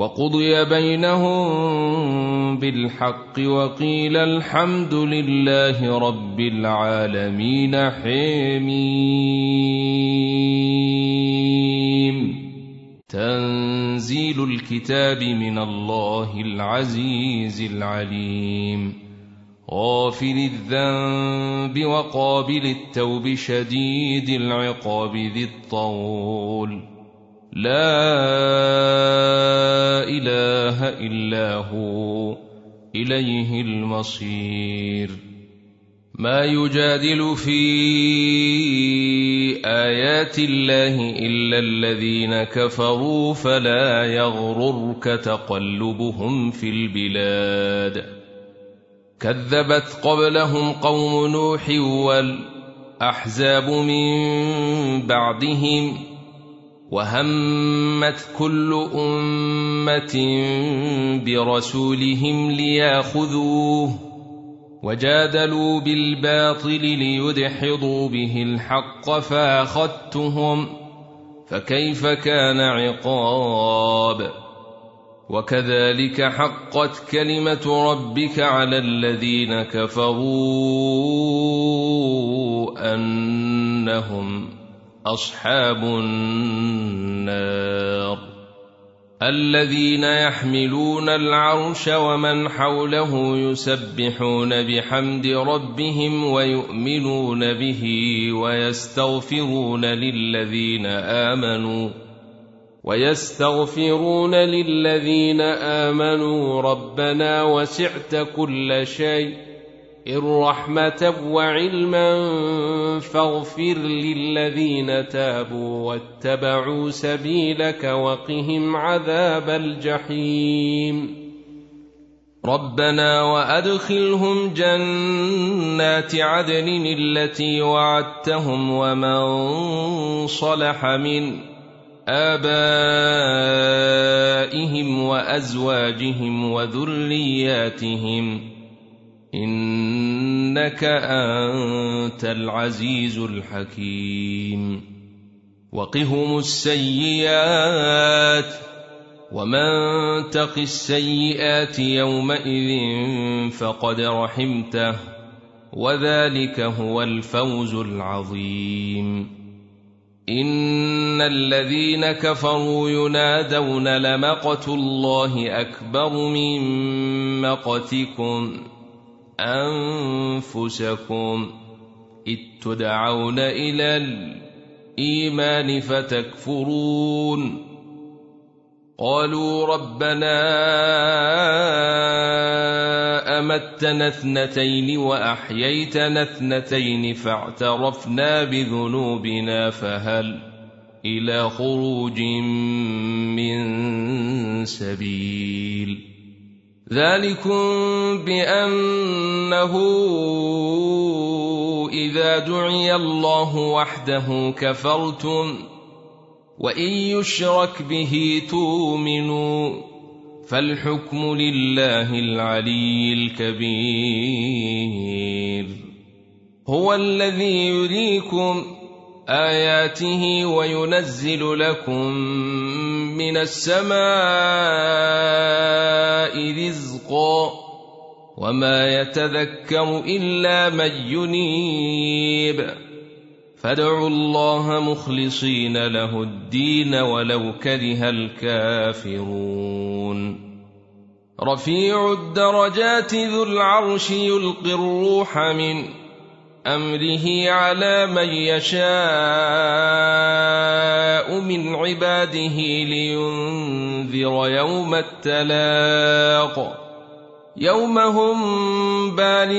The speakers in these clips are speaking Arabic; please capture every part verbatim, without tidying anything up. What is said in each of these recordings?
وقضي بينهم بالحق وقيل الحمد لله رب العالمين. حميم. تنزيل الكتاب من الله العزيز العليم. غافر الذنب وقابل التوب شديد العقاب ذي الطول. لا إله إلا هو إليه المصير. ما يجادل في آيات الله إلا الذين كفروا فلا يغررك تقلبهم في البلاد. كذبت قبلهم قوم نوح والأحزاب من بعدهم وهمت كل أمة برسولهم ليأخذوه وجادلوا بالباطل ليدحضوا به الحق فأخذتهم فكيف كان عقاب. وكذلك حقت كلمة ربك على الذين كفروا أنهم أصحاب النار. الذين يحملون العرش ومن حوله يسبحون بحمد ربهم ويؤمنون به ويستغفرون للذين آمنوا ويستغفرون للذين آمنوا ربنا وسعت كل شيء رحمة وعلما فاغفر للذين تابوا واتبعوا سبيلك وقهم عذاب الجحيم. ربنا وأدخلهم جنات عدن التي وعدتهم ومن صلح من آبائهم وأزواجهم وذرياتهم إنك أنت العزيز الحكيم. وقهم السيئات ومن تق السيئات يومئذ فقد رحمته وذلك هو الفوز العظيم. إن الذين كفروا ينادون لمقت الله أكبر من مقتكم أنفسكم إذ تدعون إلى الإيمان فتكفرون. قالوا ربنا أمتنا اثنتين وأحييتنا اثنتين فاعترفنا بذنوبنا فهل إلى خروج من سبيل. ذلكم بأنه إذا دعي الله وحده كفرتم وإن يشرك به تؤمنوا فالحكم لله العلي الكبير. هو الذي يريكم آياته وينزل لكم من السماء رزقا وما يتذكر إلا من ينيب. فادعوا الله مخلصين له الدين ولو كره الكافرون. رفيع الدرجات ذو العرش يلقي الروح من أمره على من يشاء من عباده لينذر يوم التلاق يوم هم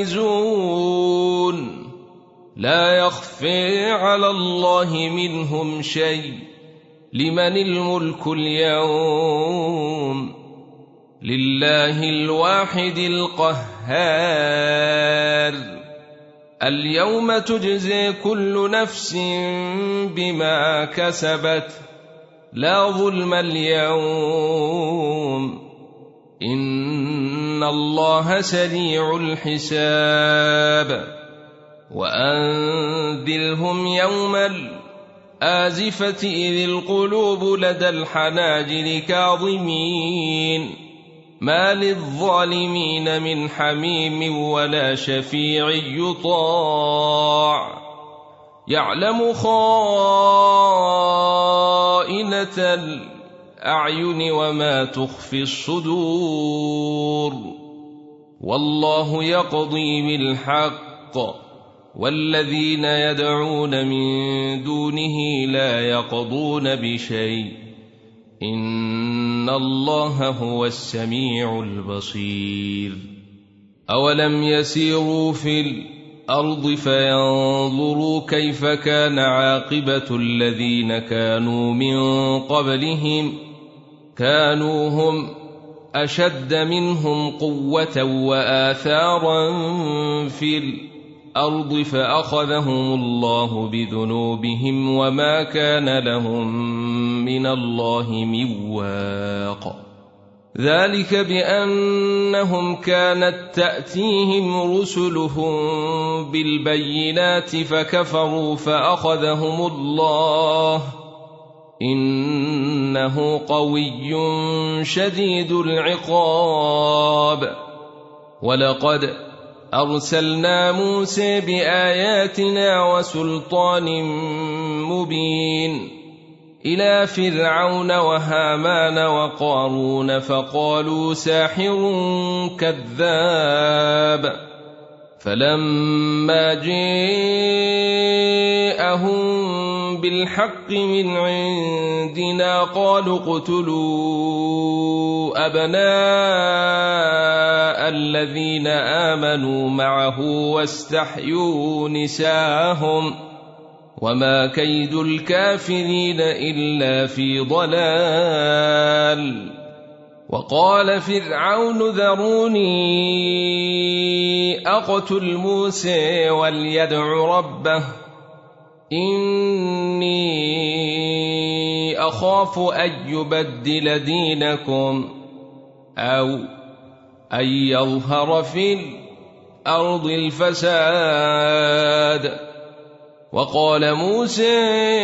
بارزون لا يخفي على الله منهم شيء. لمن الملك اليوم؟ لله الواحد القهار. اليوم تجزي كل نفس بما كسبت لا ظلم اليوم إن الله سريع الحساب. وأنذرهم يوم آزفة إذ القلوب لدى الحناجر كاظمين ما للظالمين من حميم ولا شفيع يطاع يعلم خائنة الأعين وما تخفي الصدور والله يقضي بالحق والذين يدعون من دونه لا يقضون بشيء إن الله هو السميع البصير أولم يسيروا في الأرض فينظروا كيف كان عاقبة الذين كانوا من قبلهم كانوا هم أشد منهم قوة وآثارا في الأرض فأخذهم الله بذنوبهم وما كان لهم من الله من واق ذلك بأنهم كانت تأتيهم رسلهم بالبينات فكفروا فأخذهم الله إنه قوي شديد العقاب ولقد أرسلنا موسى بآياتنا وسلطان مبين إلى فرعون وهامان وقارون فقالوا ساحر كذاب فلما جاءهم بالحق من عندنا قالوا اقتلوا أبناء الذين آمنوا معه واستحيوا نساءهم وما كيد الكافرين إلا في ضلال وقال فرعون ذروني أقتل موسى وليدع ربه إني أخاف أن يبدل دينكم أو أن يظهر في الأرض الفساد وقال موسى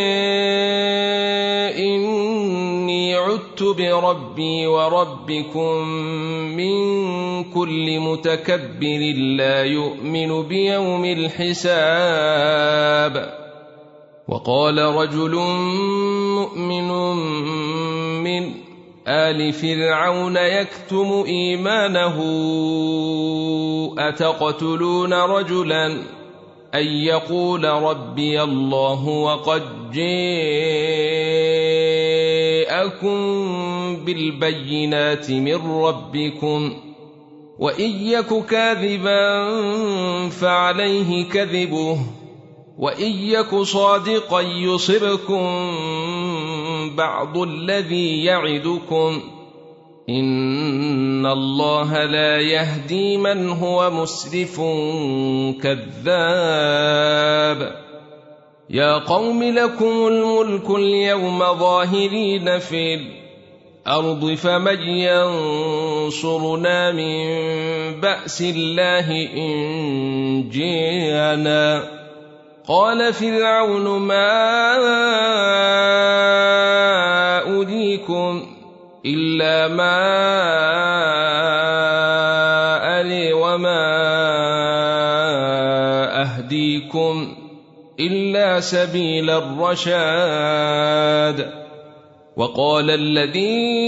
إني عدت بربي وربكم من كل متكبر لا يؤمن بيوم الحساب وقال رجل مؤمن من آل فرعون يكتم إيمانه أتقتلون رجلا أن يقول ربي الله وقد جاءكم بالبينات من ربكم وإن يك كاذبا فعليه كذبه وإن يك صادقا يصبكم بعض الذي يعدكم إن الله لا يهدي من هو مسرف كذاب يا قوم لكم الملك اليوم ظاهرين في الأرض فمن ينصرنا من بأس الله إن جاءنا قال فرعون ما أريكم إلا ما أري وما أهديكم إلا سبيل الرشاد وقال الذي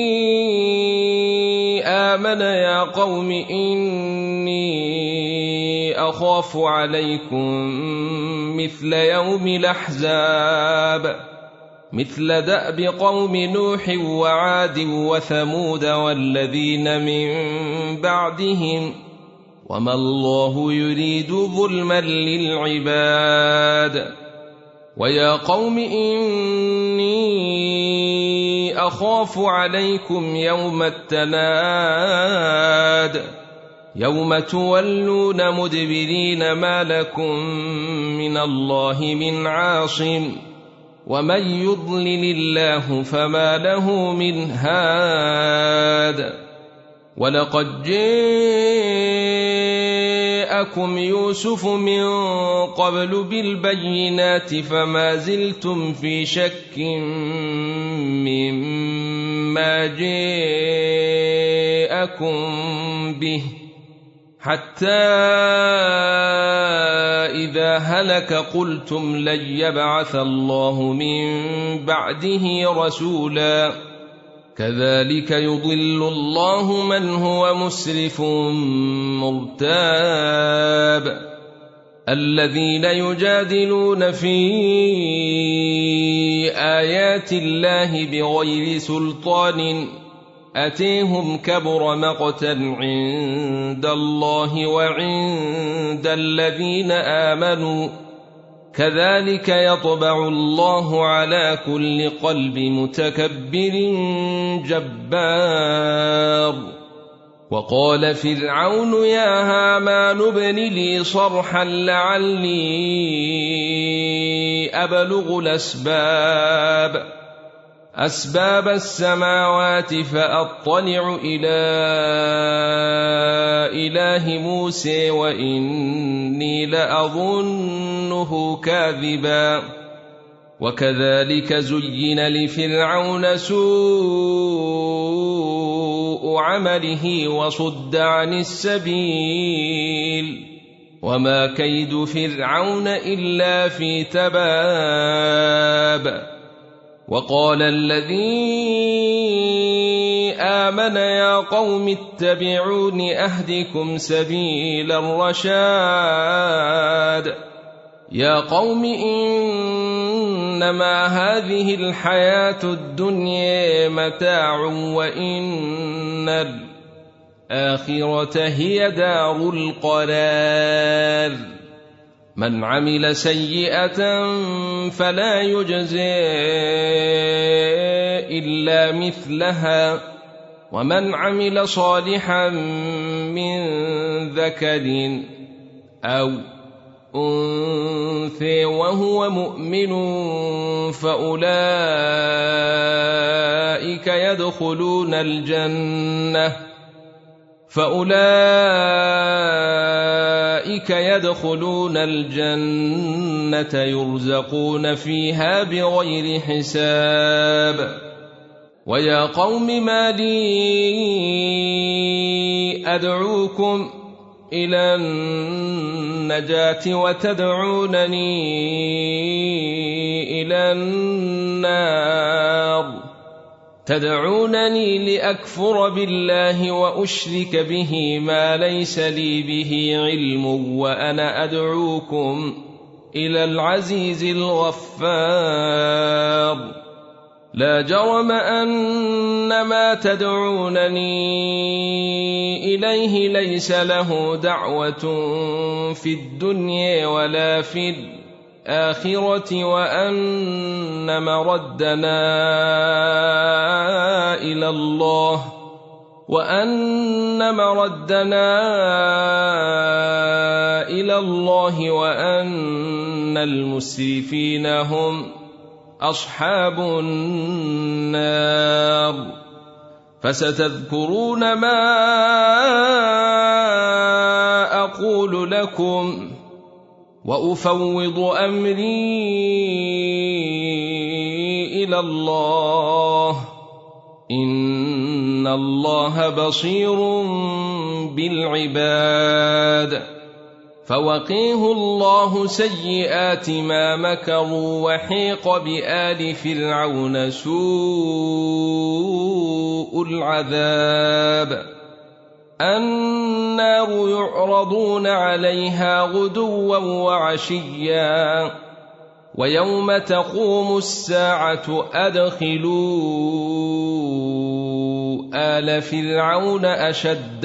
آمن يا قوم إني أخاف عليكم مثل يوم الأحزاب مثل دأب قوم نوح وعاد وثمود والذين من بعدهم وما الله يريد ظلما للعباد ويا قوم إني أخاف عليكم يوم التناد يوم تولون مدبرين ما لكم من الله من عاصم ومن يضلل الله فما له من هاد ولقد جاء جاءكم يوسف من قبل بالبينات فما زلتم في شك مما جاءكم به حتى إذا هلك قلتم لن يبعث الله من بعده رسولا كذلك يضل الله من هو مسرف مرتاب الذين يجادلون في آيات الله بغير سلطان أتيهم كبر مقتا عند الله وعند الذين آمنوا كذلك يطبع الله على كل قلب متكبر جبار وقال فرعون يا هامان ابن لي صرحا لعلي أبلغ الأسباب أسباب السماوات فأطلع إلى إله موسى وإني لأظنه كاذبا وكذلك زين لفرعون سوء عمله وصد عن السبيل وما كيد فرعون إلا في تباب وقال الذي آمن يا قوم اتبعون أهدكم سبيل الرشاد يا قوم إنما هذه الحياة الدنيا متاع وإن الآخرة هي دار القرار من عمل سيئة فلا يجزى إلا مثلها ومن عمل صالحا من ذكر أو أنثى وهو مؤمن فأولئك يدخلون الجنة فأولئك يدخلون الجنة يرزقون فيها بغير حساب ويا قوم ما لي أدعوكم إلى النجاة وتدعونني إلى النار تدعونني لأكفر بالله وأشرك به ما ليس لي به علم وأنا أدعوكم إلى العزيز الغفار لا جرم أن ما تدعونني إليه ليس له دعوة في الدنيا ولا في الآخرة وأن مردنا إلى الله وأن مردنا إلى الله وأن المسرفين هم أصحاب النار فستذكرون ما أقول لكم وأفوض أمري إلى الله إن الله بصير بالعباد فوقيه الله سيئات ما مكروا وحيق بآل فرعون سوء العذاب النار يعرضون عليها غدوا وعشيا ويوم تقوم الساعة أدخلوا آل فرعون أشد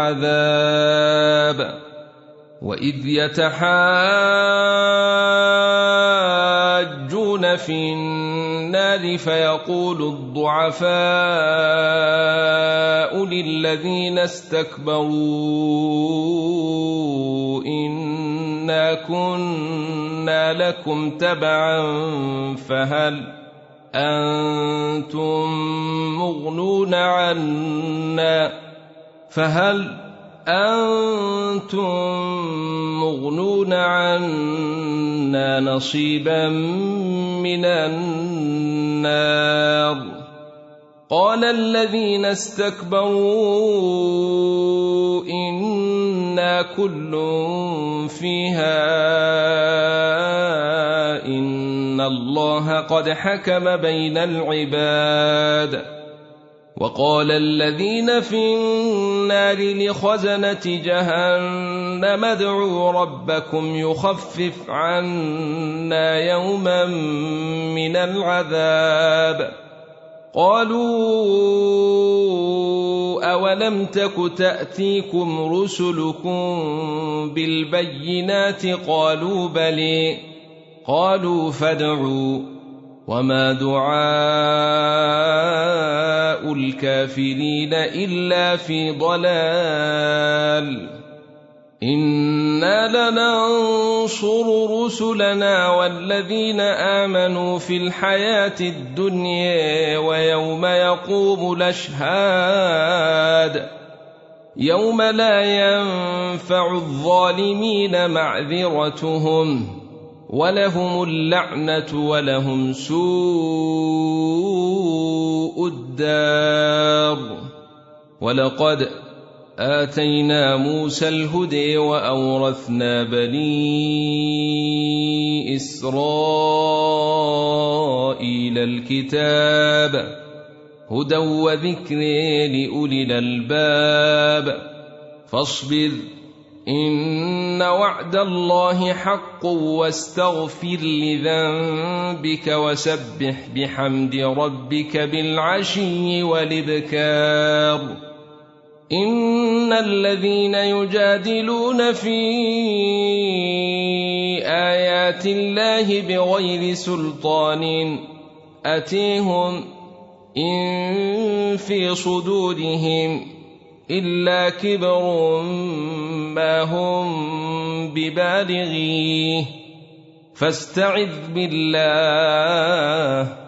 العذاب وإذ يتحاجون في النار فيقول الضعفاء للذين استكبروا إنا كنا لكم تبعا فهل أنتم مغنون عنا فهل أأنتم مغنون عنا نصيبا من النار قال الذين استكبروا إنا كل فيها إن الله قد حكم بين العباد وقال الذين في النار لخزنة جهنم ادعوا ربكم يخفف عنا يوما من العذاب قالوا أولم تك تأتيكم رسلكم بالبينات قالوا بلى قالوا فادعوا وما دعاء الكافرين إلا في ضلال إنا لننصر رسلنا والذين آمنوا في الحياة الدنيا ويوم يقوم الأشهاد يوم لا ينفع الظالمين معذرتهم ولهم اللعنة ولهم سوء الدار ولقد آتينا موسى الهدى وأورثنا بني إسرائيل الكتاب هدى وذكر لأولي الألباب فاصبر إن وعد الله حق واستغفر لذنبك وسبح بحمد ربك بالعشي والإبكار إن الذين يجادلون في آيات الله بغير سلطان أتيهم إن في صدورهم إلا كبر ما هم ببالغيه فاستعذ بالله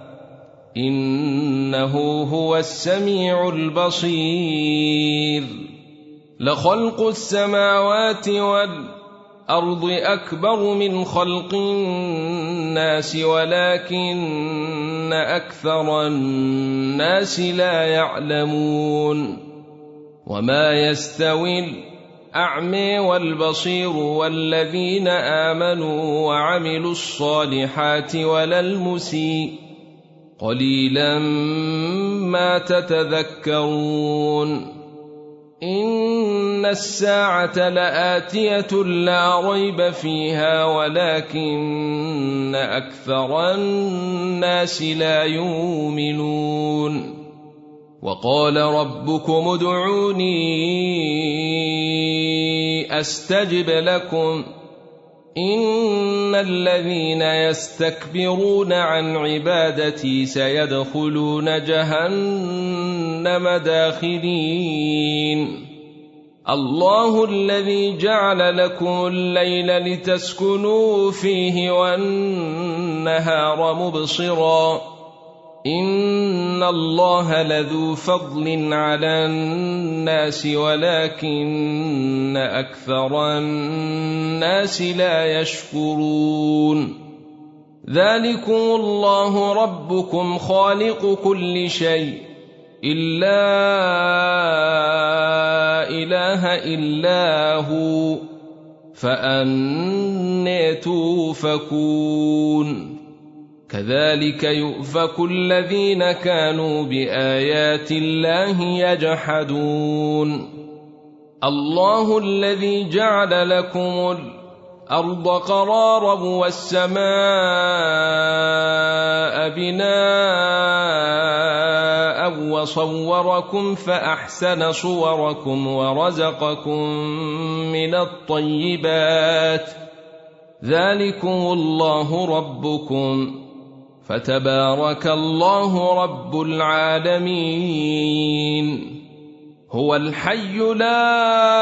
إنه هو السميع البصير لخلق السماوات والأرض أكبر من خلق الناس ولكن أكثر الناس لا يعلمون وما يستوي الأعمى والبصير والذين آمنوا وعملوا الصالحات ولا المسيء قليلا ما تتذكرون إن الساعة لآتية لا ريب فيها ولكن أكثر الناس لا يؤمنون وقال ربكم ادعوني أستجب لكم إن الذين يستكبرون عن عبادتي سيدخلون جهنم داخرين الله الذي جعل لكم الليل لتسكنوا فيه والنهار مبصرا إن الله لذو فضل على الناس ولكن أكثر الناس لا يشكرون ذلكم الله ربكم خالق كل شيء إلا إله إلا هو فأنى توفكون كذلك يؤفك الذين كانوا بآيات الله يجحدون الله الذي جعل لكم الأرض قرارا والسماء بناء وصوركم فأحسن صوركم ورزقكم من الطيبات ذلكم الله ربكم فتبارك الله رب العالمين هو الحي لا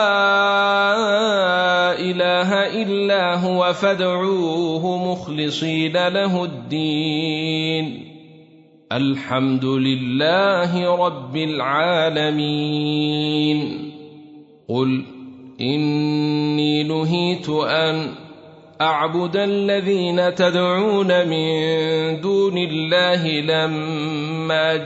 إله إلا هو فادعوه مخلصين له الدين الحمد لله رب العالمين قل إني نهيت أن أعبد الذين تدعون من دون الله لما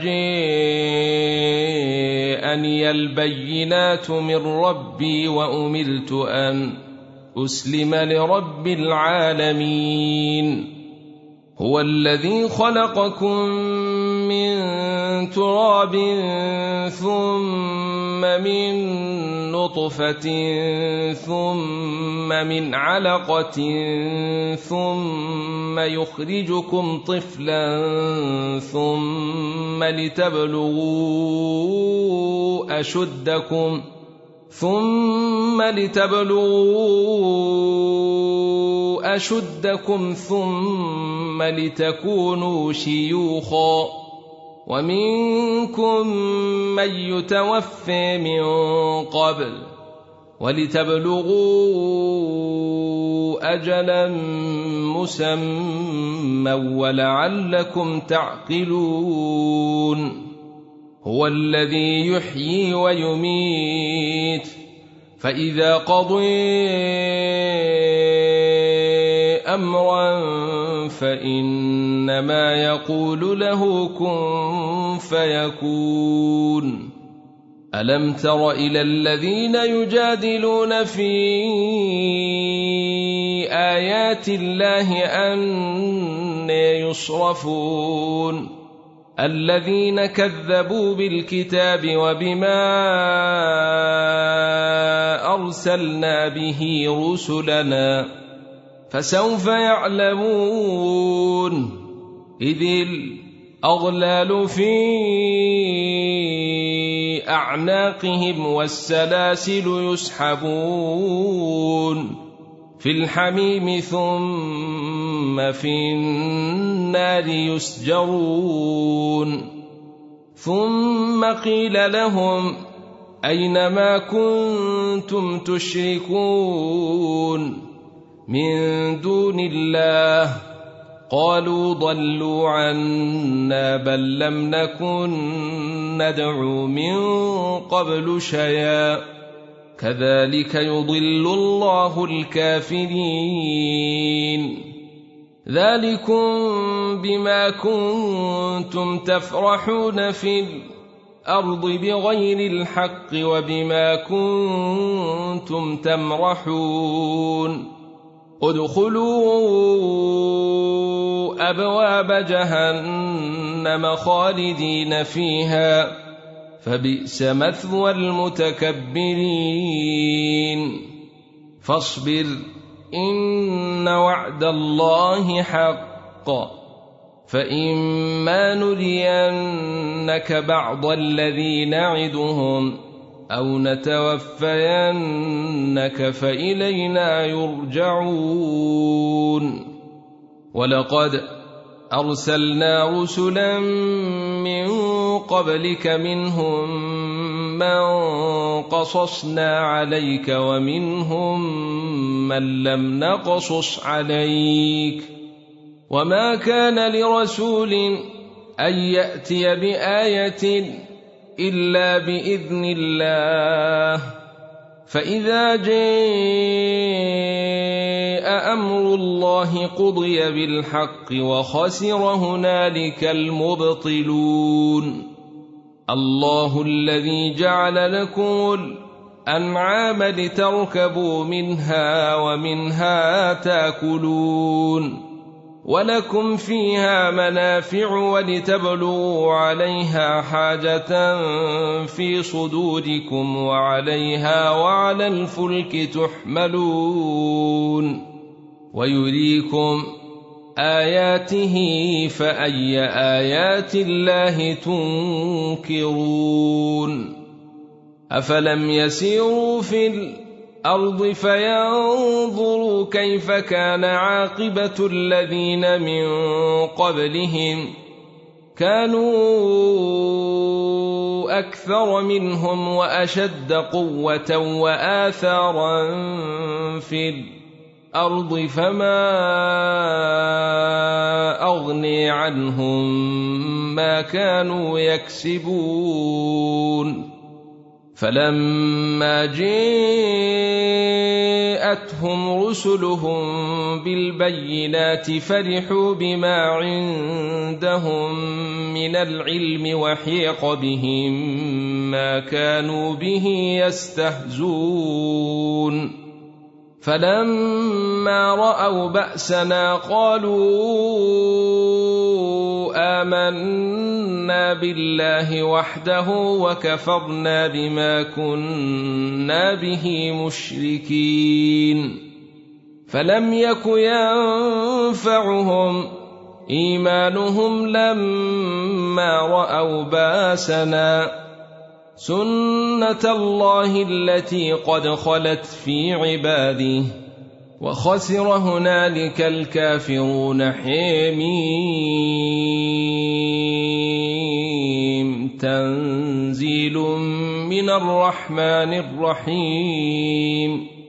جاءني البينات من ربي وأمرت أن أسلم لرب العالمين. هو الذي خلقكم من تراب ثم من نطفة ثم من علقة ثم يخرجكم طفلا ثم لتبلغوا أشدكم ثم لتبلغوا أشدكم ثم لتكونوا شيوخا ومنكم من يتوفى من قبل ولتبلغوا أجلا مسمى ولعلكم تعقلون. هو الذي يحيي ويميت فإذا قضى أمرا فإنما يقول له كن فيكون. ألم تر إلى الذين يجادلون في آيات الله أنى يصرفون الذين كذبوا بالكتاب وبما أرسلنا به رسلنا فسوف يعلمون إذ الأغلال في أعناقهم والسلاسل يسحبون في الحميم ثم في النار يسجرون. ثم قيل لهم أين ما كنتم تشركون من دون الله قالوا ضلوا عنا بل لم نكن ندعو من قبل شيئا كذلك يضل الله الكافرين. ذلكم بما كنتم تفرحون في الأرض بغير الحق وبما كنتم تمرحون. ادخلوا أبواب جهنم خالدين فيها فبئس مثوى المتكبرين. فاصبر إن وعد الله حق فإما نرينك بعض الذي نعدهم أو نتوفينك فإلينا يرجعون. ولقد أرسلنا رسلا من قبلك منهم من قصصنا عليك ومنهم من لم نقصص عليك وما كان لرسول أن يأتي بآية إلا بإذن الله فإذا جاء أمر الله قضي بالحق وخسر هنالك المبطلون. الله الذي جعل لكم الأنعام لتركبوا منها ومنها تأكلون ولكم فيها منافع ولتبلغوا عليها حاجة في صدوركم وعليها وعلى الفلك تحملون ويريكم آياته فأي آيات الله تنكرون. أفلم يسيروا في الأرض فينظروا كيف كان عاقبة الذين من قبلهم كانوا أكثر منهم وأشد قوة وآثارا في الأرض فما أغني عنهم ما كانوا يكسبون فلما جاءتهم رسلهم بالبينات فرحوا بما عندهم من العلم وحيق بهم ما كانوا به يستهزئون فلما رأوا بأسنا قالوا آمنا بالله وحده وكفرنا بما كنا به مشركين فلم يك ينفعهم إيمانهم لما رأوا بأسنا سنة الله التي قد خلت في عباده وخسر هنالك الكافرون حميم تنزيل من الرحمن الرحيم